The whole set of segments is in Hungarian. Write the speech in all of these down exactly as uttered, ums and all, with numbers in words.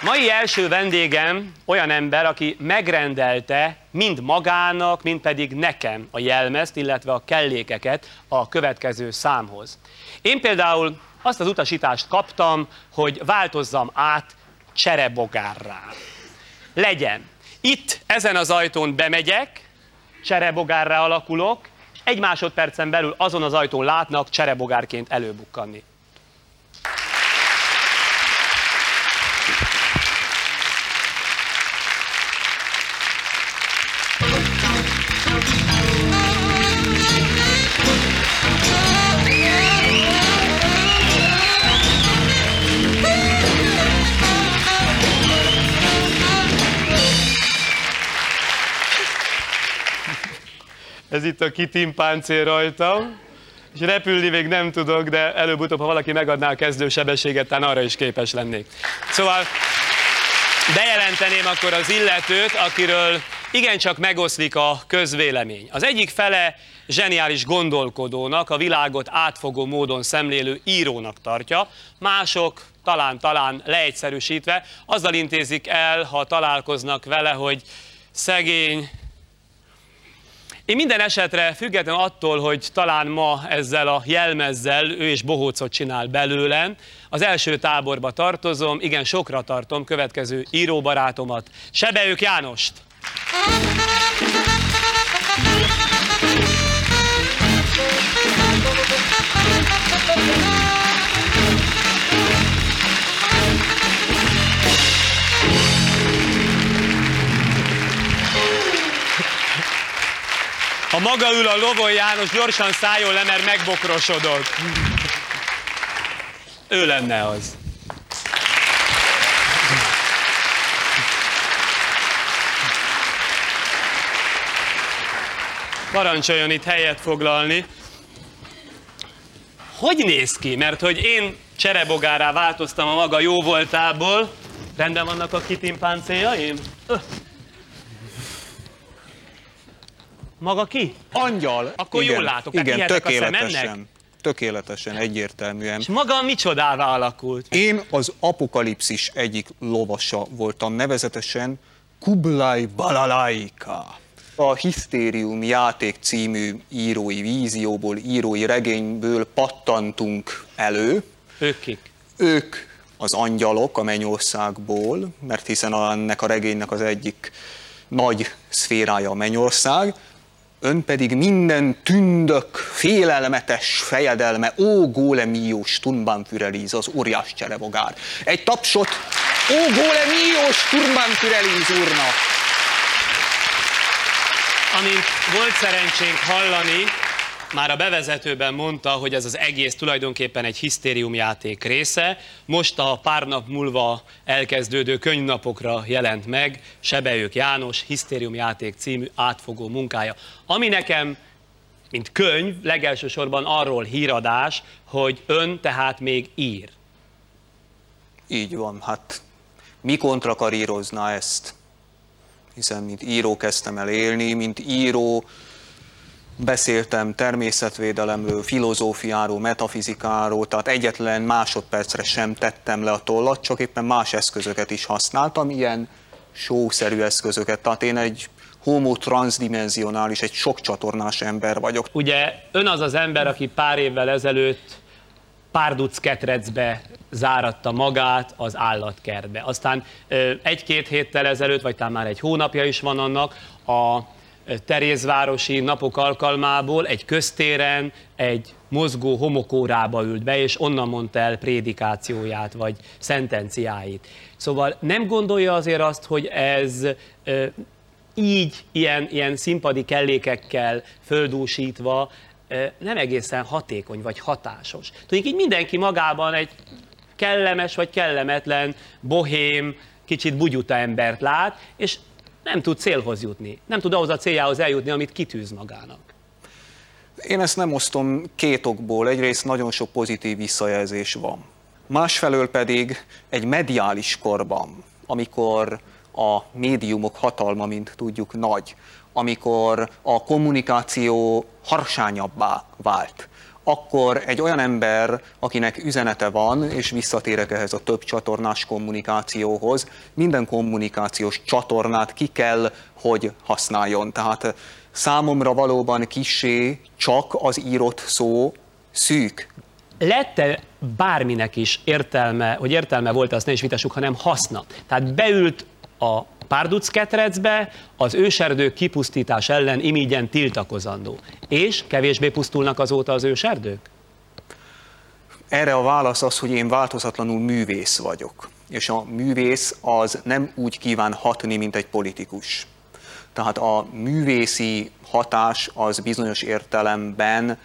Mai első vendégem olyan ember, aki megrendelte mind magának, mind pedig nekem a jelmezt, illetve a kellékeket a következő számhoz. Én például azt az utasítást kaptam, hogy változzam át cserebogárrá. Legyen. Itt, ezen az ajtón bemegyek, cserebogárrá alakulok, egy másodpercen belül azon az ajtón látnak cserebogárként előbukkanni. Ez itt a kitimpáncél rajtam, és repülni még nem tudok, de előbb-utóbb, ha valaki megadná a kezdősebességet, talán arra is képes lennék. Szóval bejelenteném akkor az illetőt, akiről igencsak megoszlik a közvélemény. Az egyik fele zseniális gondolkodónak, a világot átfogó módon szemlélő írónak tartja, mások talán-talán leegyszerűsítve azzal intézik el, ha találkoznak vele, hogy szegény. Én minden esetre függetlenül attól, hogy talán ma ezzel a jelmezzel ő is bohócot csinál belőlem, az első táborba tartozom, igen sokra tartom következő íróbarátomat, Sebeők Jánost. Ha maga ül a lovon, János, gyorsan szálljon le, mert megbokrosodott. Ő lenne az. Parancsoljon itt helyet foglalni. Hogy néz ki? Mert hogy én cserebogárrá változtam a maga jóvoltából. Rendben vannak a kitimpáncéljaim? Öh. Maga ki? Angyal. Akkor igen, jól látok, igen, tökéletesen, tökéletesen, egyértelműen. És maga micsodává alakult? Én az apokalipszis egyik lovasa voltam, nevezetesen Kublai Balalaika. A Hisztérium játék című írói vízióból, írói regényből pattantunk elő. Ők kik? Ők az angyalok a mennyországból, mert hiszen ennek a regénynek az egyik nagy szférája a mennyország, ön pedig minden tündök, félelmetes fejedelme, ó gólemio Sturmbannführer, az óriás cserebogár. Egy tapsot, ó gólemio Sturmbannführer úrnak! Amint volt szerencsénk hallani, már a bevezetőben mondta, hogy ez az egész tulajdonképpen egy hisztériumjáték része. Most a pár nap múlva elkezdődő könyvnapokra jelent meg Sebeők János Hisztériumjáték című átfogó munkája. Ami nekem, mint könyv, legelsősorban arról híradás, hogy ön tehát még ír. Így van, hát mi kontrakarírozná ezt? Hiszen mint író kezdtem el élni, mint író beszéltem természetvédelemről, filozófiáról, metafizikáról, tehát egyetlen másodpercre sem tettem le a tollat, csak éppen más eszközöket is használtam, ilyen show-szerű eszközöket. Tehát én egy homo transdimenzionális, egy sokcsatornás ember vagyok. Ugye ön az az ember, aki pár évvel ezelőtt párduc ketrecbe záratta magát az állatkertbe. Aztán egy-két héttel ezelőtt, vagy talán már egy hónapja is van annak, a Terézvárosi napok alkalmából egy köztéren egy mozgó homokórába ült be, és onnan mondta el prédikációját, vagy szentenciáit. Szóval nem gondolja azért azt, hogy ez e, így, ilyen, ilyen színpadi kellékekkel földúsítva e, nem egészen hatékony, vagy hatásos. Tudjuk, így mindenki magában egy kellemes, vagy kellemetlen, bohém, kicsit bugyuta embert lát, és nem tud célhoz jutni. Nem tud ahhoz a céljához eljutni, amit kitűz magának. Én ezt nem osztom két okból. Egyrészt nagyon sok pozitív visszajelzés van. Másfelől pedig egy mediális korban, amikor a médiumok hatalma, mint tudjuk, nagy, amikor a kommunikáció harsányabbá vált, akkor egy olyan ember, akinek üzenete van, és visszatérek ehhez a több csatornás kommunikációhoz, minden kommunikációs csatornát ki kell, hogy használjon. Tehát számomra valóban kissé csak az írott szó szűk. Lett-e bárminek is értelme, hogy értelme volt, azt ne is vitassuk, hanem haszna? Tehát beült a párduc ketrecbe az őserdők kipusztítás ellen imígyen tiltakozandó. És kevésbé pusztulnak azóta az őserdők? Erre a válasz az, hogy én változatlanul művész vagyok. És a művész az nem úgy kíván hatni, mint egy politikus. Tehát a művészi hatás az bizonyos értelemben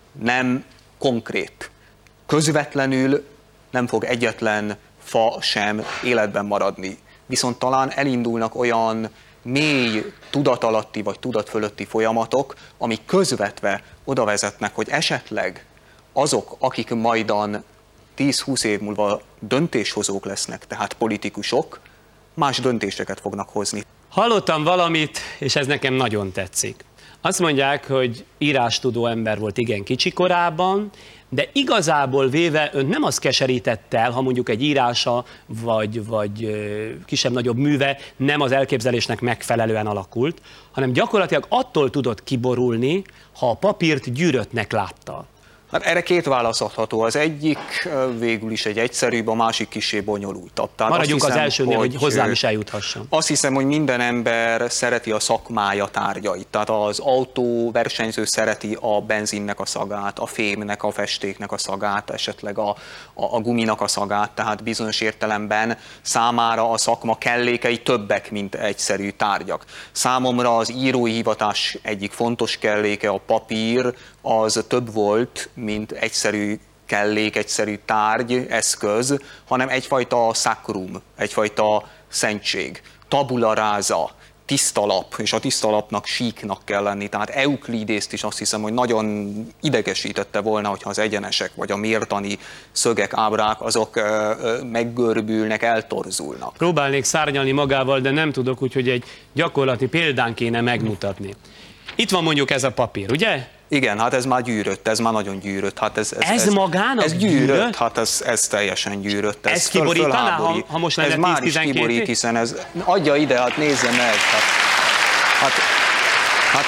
nem konkrét. Közvetlenül nem fog egyetlen fa sem életben maradni. Viszont talán elindulnak olyan mély tudatalatti vagy tudatfölötti folyamatok, amik közvetve oda vezetnek, hogy esetleg azok, akik majdan tíz-húsz év múlva döntéshozók lesznek, tehát politikusok, más döntéseket fognak hozni. Hallottam valamit, és ez nekem nagyon tetszik. Azt mondják, hogy írástudó ember volt igen kicsi korában, de igazából véve ön nem az keserített el, ha mondjuk egy írása vagy, vagy kisebb-nagyobb műve nem az elképzelésnek megfelelően alakult, hanem gyakorlatilag attól tudott kiborulni, ha a papírt gyűröttnek látta. Hát erre két válasz adható. Az egyik végül is egy egyszerűbb, a másik kissé bonyolultabb. Tehát maradjunk hiszem, az elsőnél, hogy, hogy hozzám is eljuthasson. Azt hiszem, hogy minden ember szereti a szakmája tárgyait. Tehát az autóversenyző szereti a benzinnek a szagát, a fémnek, a festéknek a szagát, esetleg a, a, a guminak a szagát. Tehát bizonyos értelemben számára a szakma kellékei többek, mint egyszerű tárgyak. Számomra az írói hivatás egyik fontos kelléke, a papír, az több volt, mint egyszerű kellék, egyszerű tárgy, eszköz, hanem egyfajta sacrum, egyfajta szentség, tabula rasa, tiszta lap, és a tiszta lapnak síknak kell lenni. Tehát Euklidészt is azt hiszem, hogy nagyon idegesítette volna, hogyha az egyenesek vagy a mértani szögek, ábrák, azok ö, ö, meggörbülnek, eltorzulnak. Próbálnék szárnyalni magával, de nem tudok, úgyhogy egy gyakorlati példán kéne megmutatni. Itt van mondjuk ez a papír, ugye? Igen, hát ez már gyűrött, ez már nagyon gyűrött. Hát ez, ez, ez, ez magának ez gyűrött? gyűrött? Hát ez, ez teljesen gyűrött. Ez, ez kiborítaná, ha, ha most lenne ez már is kiborít, hiszen ez... Adja ide, hát nézze meg. Hát, hát, hát,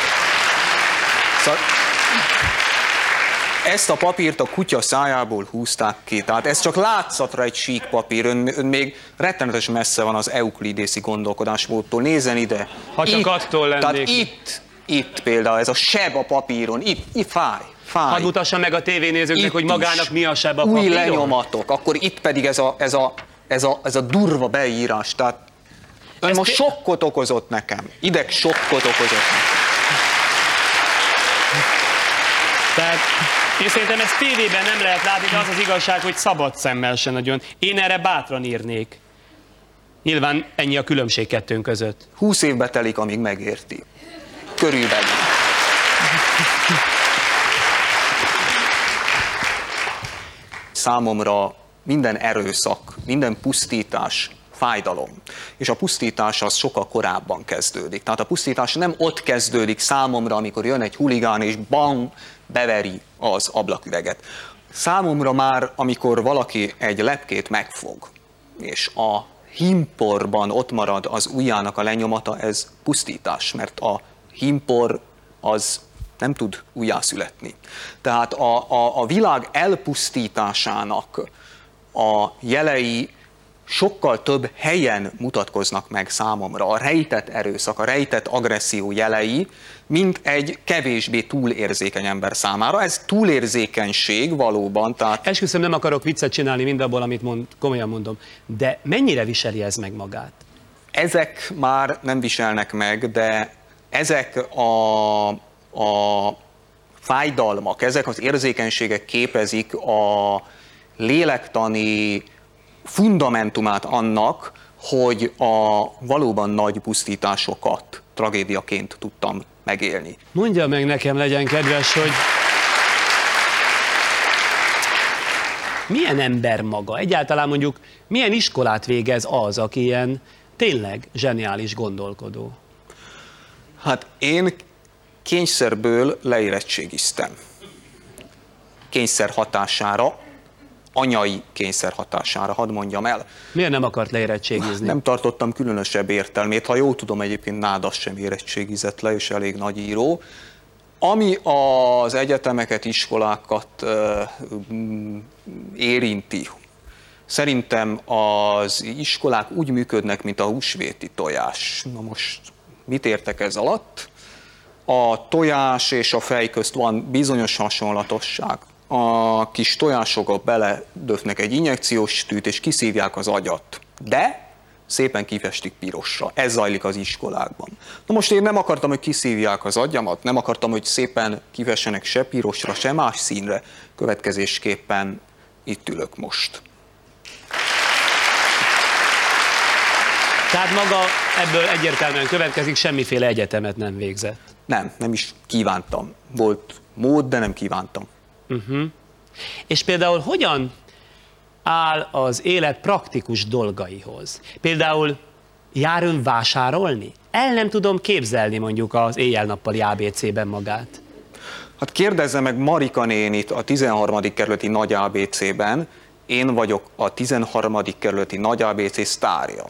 szóval, ezt a papírt a kutya szájából húzták ki, tehát ez csak látszatra egy sík papír, ön, ön még rettenetes messze van az euklidészi gondolkodásmódtól. Nézzen ide. Ha csak itt, attól lennék. Tehát itt, itt például ez a seb a papíron, itt, itt fáj, fáj. Hadd mutassa meg a tévénézőknek, itt hogy magának mi a seb a új papíron. lenyomatok, akkor itt pedig ez a, ez a, ez a, ez a durva beírás, tehát ön ez most pi- sokkot okozott nekem, ideg sokkot okozott nekem. Tehát én szerintem ezt tévében nem lehet látni, de az az igazság, hogy szabad szemmel se nagyon. Én erre bátran írnék. Nyilván ennyi a különbség kettőnk között. Húsz évbe telik, amíg megérti. Körülbelül. Számomra minden erőszak, minden pusztítás fájdalom. És a pusztítás az sokkal korábban kezdődik. Tehát a pusztítás nem ott kezdődik számomra, amikor jön egy huligán és bam, beveri az ablaküveget. Számomra már, amikor valaki egy lepkét megfog, és a hímporban ott marad az ujjának a lenyomata, ez pusztítás, mert a hímpor az nem tud újjászületni. Tehát a, a, a világ elpusztításának a jelei sokkal több helyen mutatkoznak meg számomra. A rejtett erőszak, a rejtett agresszió jelei, mint egy kevésbé túlérzékeny ember számára. Ez túlérzékenység valóban. Tehát... Esküszöm, nem akarok viccet csinálni mindabból, amit mond, komolyan mondom. De mennyire viseli ez meg magát? Ezek már nem viselnek meg, de ezek a, a fájdalmak, ezek az érzékenységek képezik a lélektani fundamentumát annak, hogy a valóban nagy pusztításokat tragédiaként tudtam megélni. Mondja meg nekem, legyen kedves, hogy milyen ember maga? Egyáltalán mondjuk milyen iskolát végez az, aki ilyen tényleg zseniális gondolkodó? Hát én kényszerből leérettségiztem. kényszer hatására, anyai kényszer hatására, hadd mondjam el. Miért nem akart leérettségizni? Nem tartottam különösebb értelmét. Ha jól tudom, egyébként Nádas sem érettségizett le, és elég nagy író. Ami az egyetemeket, iskolákat uh, érinti, szerintem az iskolák úgy működnek, mint a húsvéti tojás. Na most mit értek ez alatt? A tojás és a fej közt van bizonyos hasonlatosság. A kis tojásokba beledöfnek egy injekciós tűt, és kiszívják az agyat. De szépen kifestik pirosra. Ez zajlik az iskolákban. Na most én nem akartam, hogy kiszívják az agyamat, nem akartam, hogy szépen kifessenek se pirosra, se más színre. Következésképpen itt ülök most. Tehát maga ebből egyértelműen következik, semmiféle egyetemet nem végzett. Nem, nem is kívántam. Volt mód, de nem kívántam. Uh-huh. És például hogyan áll az élet praktikus dolgaihoz? Például jár ön vásárolni? El nem tudom képzelni mondjuk az éjjel-nappali á bé cében magát. Hát kérdezze meg Marika nénit a tizenharmadik kerületi nagy á bé cében, én vagyok a tizenharmadik kerületi nagy á bé cé sztárja.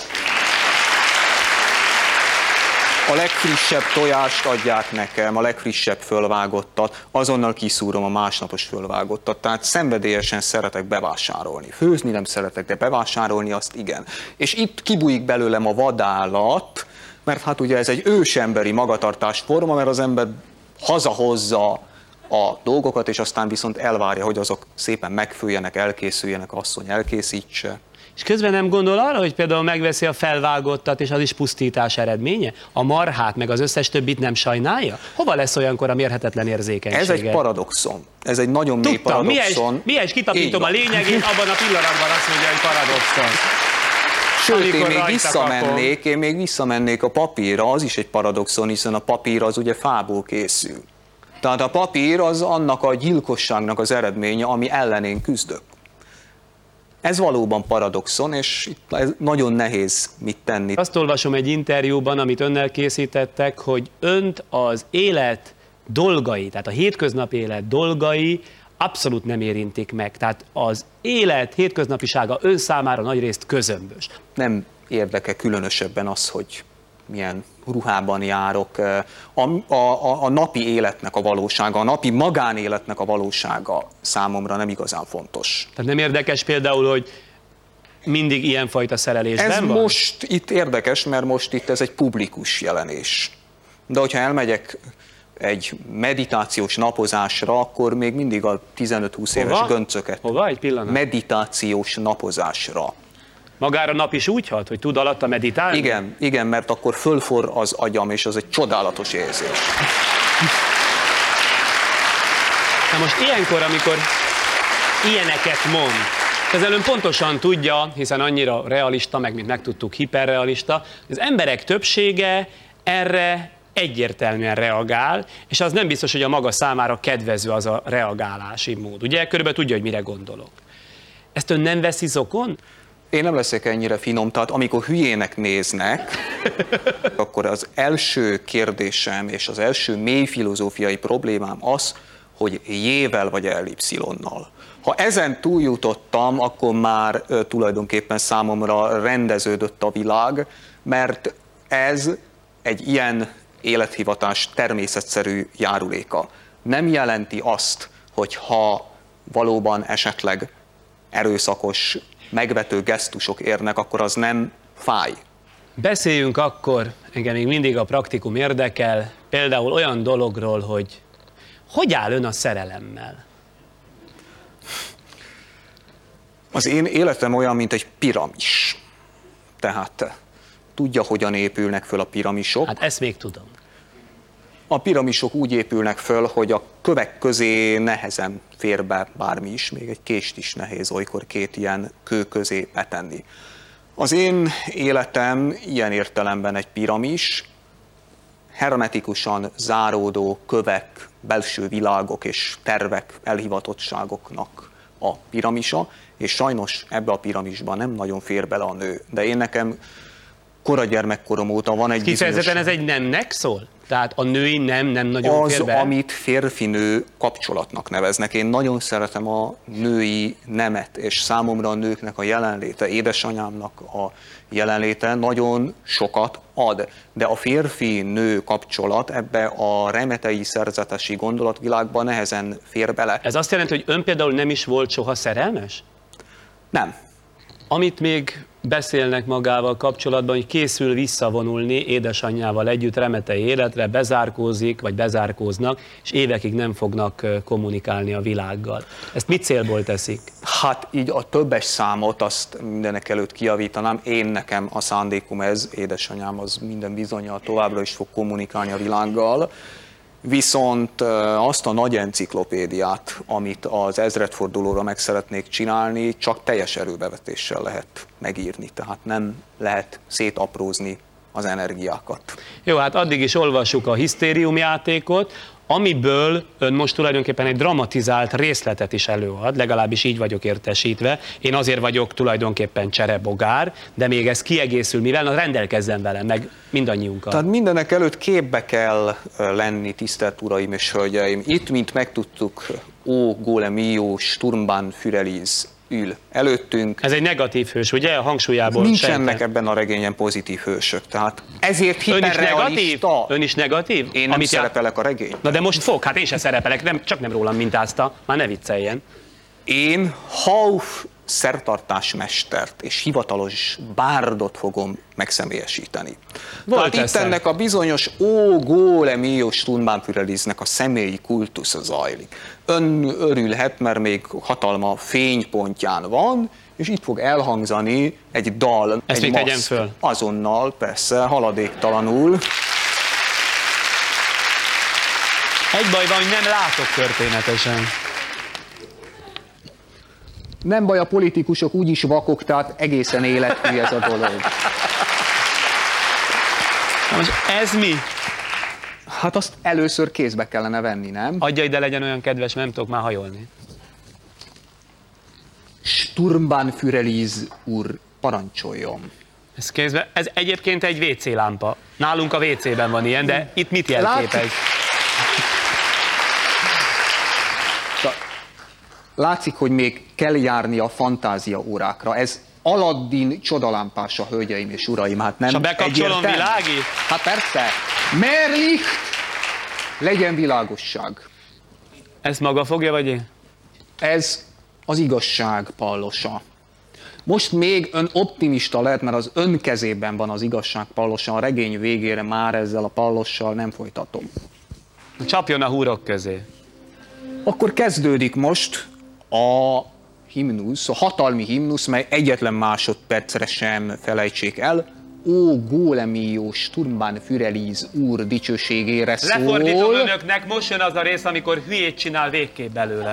A legfrissebb tojást adják nekem, a legfrissebb fölvágottat, azonnal kiszúrom a másnapos fölvágottat, tehát szenvedélyesen szeretek bevásárolni. Főzni nem szeretek, de bevásárolni azt igen. És itt kibújik belőlem a vadállat, mert hát ugye ez egy ősemberi magatartásforma, mert az ember hazahozza a dolgokat, és aztán viszont elvárja, hogy azok szépen megfőjenek, elkészüljenek, asszony elkészítse. És közben nem gondol arra, hogy például megveszi a felvágottat, és az is pusztítás eredménye? A marhát, meg az összes többit nem sajnálja? Hova lesz olyankor a mérhetetlen érzékenysége? Ez egy paradoxon. Ez egy nagyon mély Tudtam, paradoxon. Milyen is kitapítom a lényegét, abban a pillanatban azt mondja, hogy paradoxon. Sőt, én Amikor még rajta visszamennék, én még visszamennék a papírra, az is egy paradoxon, hiszen a papír az ugye fából készül. Tehát a papír az annak a gyilkosságnak az eredménye, ami ellen én küzdök. Ez valóban paradoxon, és itt ez nagyon nehéz mit tenni. Azt olvasom egy interjúban, amit önnel készítettek, hogy önt az élet dolgai, tehát a hétköznapi élet dolgai abszolút nem érintik meg. Tehát az élet hétköznapisága ön számára nagyrészt közömbös. Nem érdekel különösebben az, hogy milyen ruhában járok. A, a, a napi életnek a valósága, a napi magánéletnek a valósága számomra nem igazán fontos. Tehát nem érdekes például, hogy mindig ilyenfajta szerelésben Ez van? most itt érdekes, mert most itt ez egy publikus jelenés. De hogyha elmegyek egy meditációs napozásra, akkor még mindig a tizenöt-húsz éves Hova? göncöket. Hova? Egy pillanat. Meditációs napozásra. Magára nap is úgy hat, hogy tud alatta meditálni? Igen, igen, mert akkor fölfor az agyam, és az egy csodálatos érzés. Na most ilyenkor, amikor ilyeneket mond, ezzel ön pontosan tudja, hiszen annyira realista, meg mint megtudtuk, hiperrealista, az emberek többsége erre egyértelműen reagál, és az nem biztos, hogy a maga számára kedvező az a reagálási mód. Ugye körülbelül tudja, hogy mire gondolok. Ezt ön nem veszi zokon? Én nem leszek ennyire finom, tehát amikor hülyének néznek, akkor az első kérdésem és az első mély filozófiai problémám az, hogy J-vel vagy Y-nal. Ha ezen túljutottam, akkor már uh, tulajdonképpen számomra rendeződött a világ, mert ez egy ilyen élethivatás természetszerű járuléka. Nem jelenti azt, hogy ha valóban esetleg erőszakos, megvető gesztusok érnek, akkor az nem fáj. Beszéljünk akkor, engem még mindig a praktikum érdekel, például olyan dologról, hogy hogy áll ön a szerelemmel? Az én életem olyan, mint egy piramis. Tehát tudja, hogyan épülnek föl a piramisok. Hát ezt még tudom. A piramisok úgy épülnek föl, hogy a kövek közé nehezen fér be bármi is, még egy kést is nehéz olykor két ilyen kő közé betenni. Az én életem ilyen értelemben egy piramis, hermetikusan záródó kövek, belső világok és tervek, elhivatottságoknak a piramisa, és sajnos ebbe a piramisban nem nagyon fér bele a nő. De én nekem kora gyermekkorom óta van egy Kifejezetten bizonyos... ez egy nemnek szól? Tehát a női nem, nem nagyon Az, fér be? amit férfi-nő kapcsolatnak neveznek. Én nagyon szeretem a női nemet, és számomra a nőknek a jelenléte, édesanyámnak a jelenléte nagyon sokat ad. De a férfi-nő kapcsolat ebbe a remetei szerzetesi gondolatvilágban nehezen fér bele. Ez azt jelenti, hogy ön például nem is volt soha szerelmes? Nem. Amit még beszélnek magával kapcsolatban, hogy készül visszavonulni édesanyjával együtt remetei életre, bezárkózik, vagy bezárkóznak, és évekig nem fognak kommunikálni a világgal. Ezt mit célból teszik? Hát így a többes számot azt mindenek előtt kijavítanám. Én nekem a szándékom ez, édesanyám az minden bizonnyal továbbra is fog kommunikálni a világgal. Viszont azt a nagy enciklopédiát, amit az ezredfordulóra meg szeretnék csinálni, csak teljes erőbevetéssel lehet megírni, tehát nem lehet szétaprózni az energiákat. Jó, hát addig is olvassuk a hisztériumjátékot, amiből ön most tulajdonképpen egy dramatizált részletet is előad, legalábbis így vagyok értesítve. Én azért vagyok tulajdonképpen cserebogár, de még ez kiegészül, mivel na, rendelkezzen velem, meg mindannyiunkkal. Tehát mindenek előtt képbe kell lenni, tisztelt uraim és hölgyeim. Itt, mint megtudtuk, ó, Gólemio, Sturmban Füreliz ül előttünk. Ez egy negatív hős, ugye? A hangsúlyából Nincsenek sejtem. ebben a regényen pozitív hősök, tehát ezért Ön is negatív? hiperrealista. Ön is negatív? Én nem Amit szerepelek a regény. Na de most fog, hát én se szerepelek, nem, csak nem rólam mintázta, már ne vicceljen. Én Hauf szertartásmestert és hivatalos bárdot fogom megszemélyesíteni. Volt Tehát itt ennek a bizonyos ó, Gólemio, Sturmban Füreliznek a személyi kultusza zajlik. Ön örülhet, mert még hatalma fénypontján van, és itt fog elhangzani egy dal, Ezt egy még tegyem maszk. föl. Azonnal, persze, haladéktalanul. Egy baj van, hogy nem látok történetesen. Nem baj, a politikusok úgyis vakok, tehát egészen életű ez a dolog. Na most ez mi? Hát azt először kézbe kellene venni, nem? Adja ide, legyen olyan kedves, mert nem tudok már hajolni. Sturmban Füreliz úr, parancsoljon. Ez kézbe, ez egyébként egy vé cé lámpa. Nálunk a vé cében van ilyen, de itt mit jelképez? Látszik. Látszik, hogy még kell járni a fantázia órákra. Ez Aladdin csodalámpása, hölgyeim és uraim, hát nem És ha bekapcsolom, egyértelmű? világít? Hát persze. Mehr Licht, legyen világosság. Ezt maga fogja, vagy én? Ez az igazság pallosa. Most még ön optimista lehet, mert az ön kezében van az igazság pallosa, a regény végére már ezzel a pallossal nem folytatom. Csapjon a húrok közé. Akkor kezdődik most a himnusz, a hatalmi himnusz, mely egyetlen másodpercre sem felejtsék el. Ó, Gólemio, Sturmban Füreliz úr dicsőségére szól. Lefordítom önöknek, most jön az a rész, amikor hülyét csinál végképp belőle.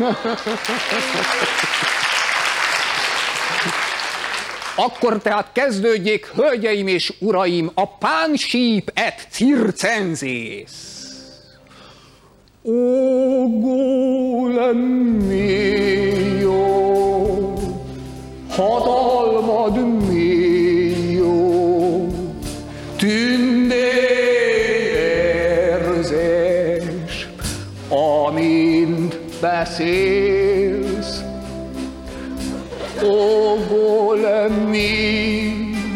Akkor tehát kezdődjék, hölgyeim és uraim, a Pánsíp et circenzész. Ó, Gólemio, hatalmad millió, tündérzés, amint beszélsz. Ó, Gólemio,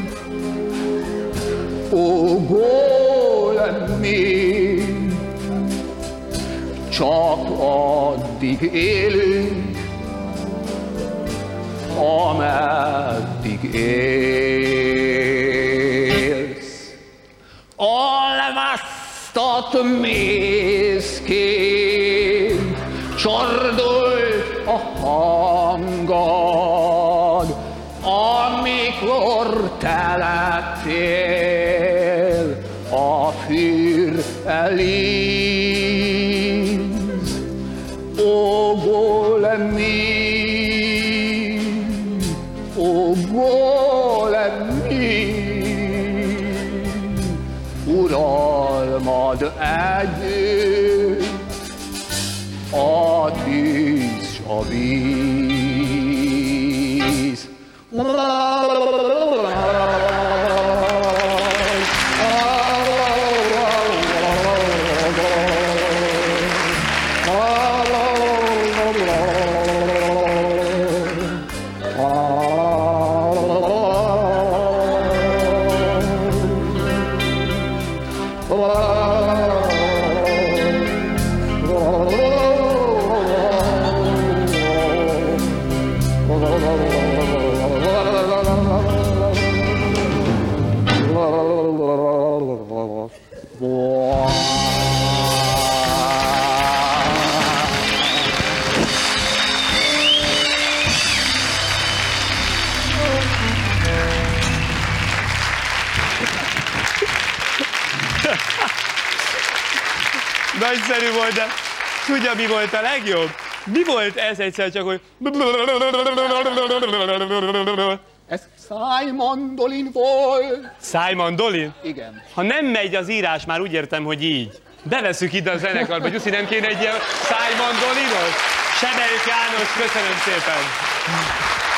ó, Gólemio, csak addig élünk, ameddig élsz. Alvasztat mészként csordult a hangod, amikor te lettél a Füreliz. Ó, Gólemio, ó, Gólemio, uralmad együtt a tűz s a víz. nagyszerű volt, de tudja, mi volt a legjobb? Mi volt ez egyszer csak, hogy... Ez szájmandolin volt. Szájmandolin? Igen. Ha nem megy az írás, már úgy értem, hogy így. Beveszük ide a zenekarba. Gyuszi, nem kéne egy ilyen szájmandolinos? Sebeljük János, köszönöm szépen.